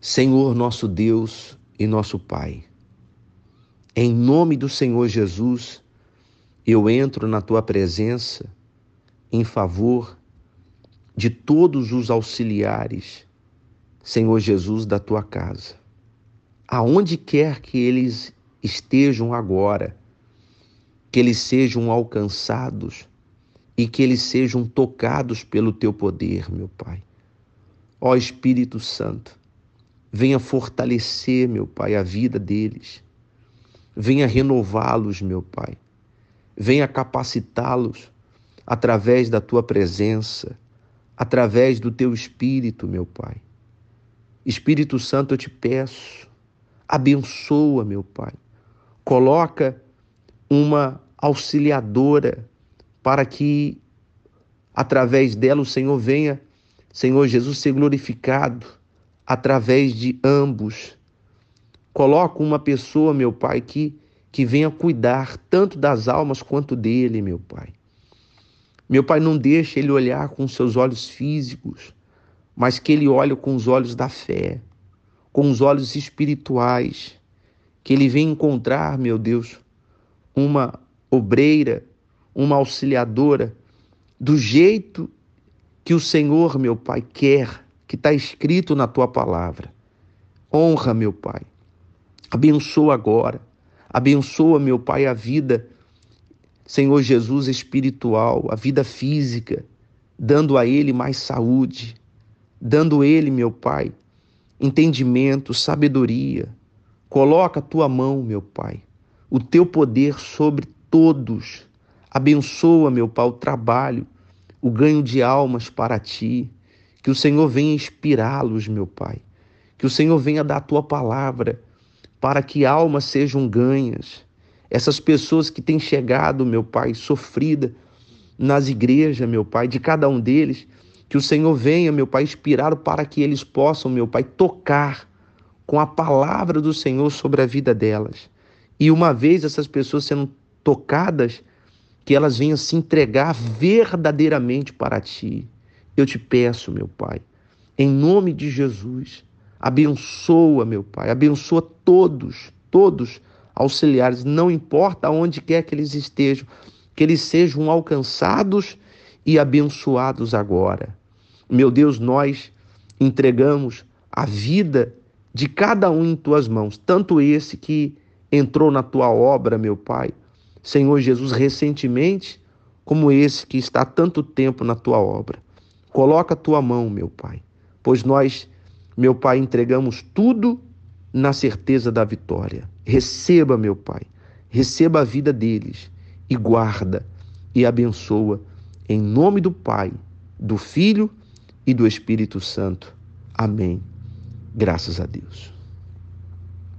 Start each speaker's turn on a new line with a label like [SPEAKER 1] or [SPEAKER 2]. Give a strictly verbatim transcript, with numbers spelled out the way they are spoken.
[SPEAKER 1] Senhor, nosso Deus e nosso Pai, em nome do Senhor Jesus, eu entro na Tua presença em favor de todos os auxiliares, Senhor Jesus, da Tua casa. Aonde quer que eles estejam agora, que eles sejam alcançados e que eles sejam tocados pelo Teu poder, meu Pai. Ó Espírito Santo, venha fortalecer, meu Pai, a vida deles. Venha renová-los, meu Pai. Venha capacitá-los através da Tua presença, através do Teu Espírito, meu Pai. Espírito Santo, eu te peço, abençoa, meu Pai. Coloca uma auxiliadora para que, através dela, o Senhor venha, Senhor Jesus, ser glorificado através de ambos. Coloca uma pessoa, meu Pai, que, que venha cuidar tanto das almas quanto dele, meu Pai. Meu Pai, não deixe ele olhar com seus olhos físicos, mas que ele olhe com os olhos da fé, com os olhos espirituais, que ele venha encontrar, meu Deus, uma obreira, uma auxiliadora, do jeito que o Senhor, meu Pai, quer, que está escrito na Tua palavra. Honra, meu Pai. Abençoa agora. Abençoa, meu Pai, a vida, Senhor Jesus, espiritual, a vida física, dando a ele mais saúde, dando a ele, meu Pai, entendimento, sabedoria. Coloca a Tua mão, meu Pai, o Teu poder sobre todos. Abençoa, meu Pai, o trabalho, o ganho de almas para Ti. Que o Senhor venha inspirá-los, meu Pai. Que o Senhor venha dar a Tua palavra para que almas sejam ganhas. Essas pessoas que têm chegado, meu Pai, sofrida nas igrejas, meu Pai, de cada um deles, que o Senhor venha, meu Pai, inspirá-lo para que eles possam, meu Pai, tocar com a palavra do Senhor sobre a vida delas. E uma vez essas pessoas sendo tocadas, que elas venham se entregar verdadeiramente para Ti. Eu te peço, meu Pai, em nome de Jesus, abençoa, meu Pai, abençoa todos, todos auxiliares, não importa onde quer que eles estejam, que eles sejam alcançados e abençoados agora. Meu Deus, nós entregamos a vida de cada um em Tuas mãos, tanto esse que entrou na Tua obra, meu Pai, Senhor Jesus, recentemente, como esse que está há tanto tempo na Tua obra. Coloca a Tua mão, meu Pai, pois nós, meu Pai, entregamos tudo na certeza da vitória. Receba, meu Pai, receba a vida deles e guarda e abençoa em nome do Pai, do Filho e do Espírito Santo. Amém. Graças a Deus.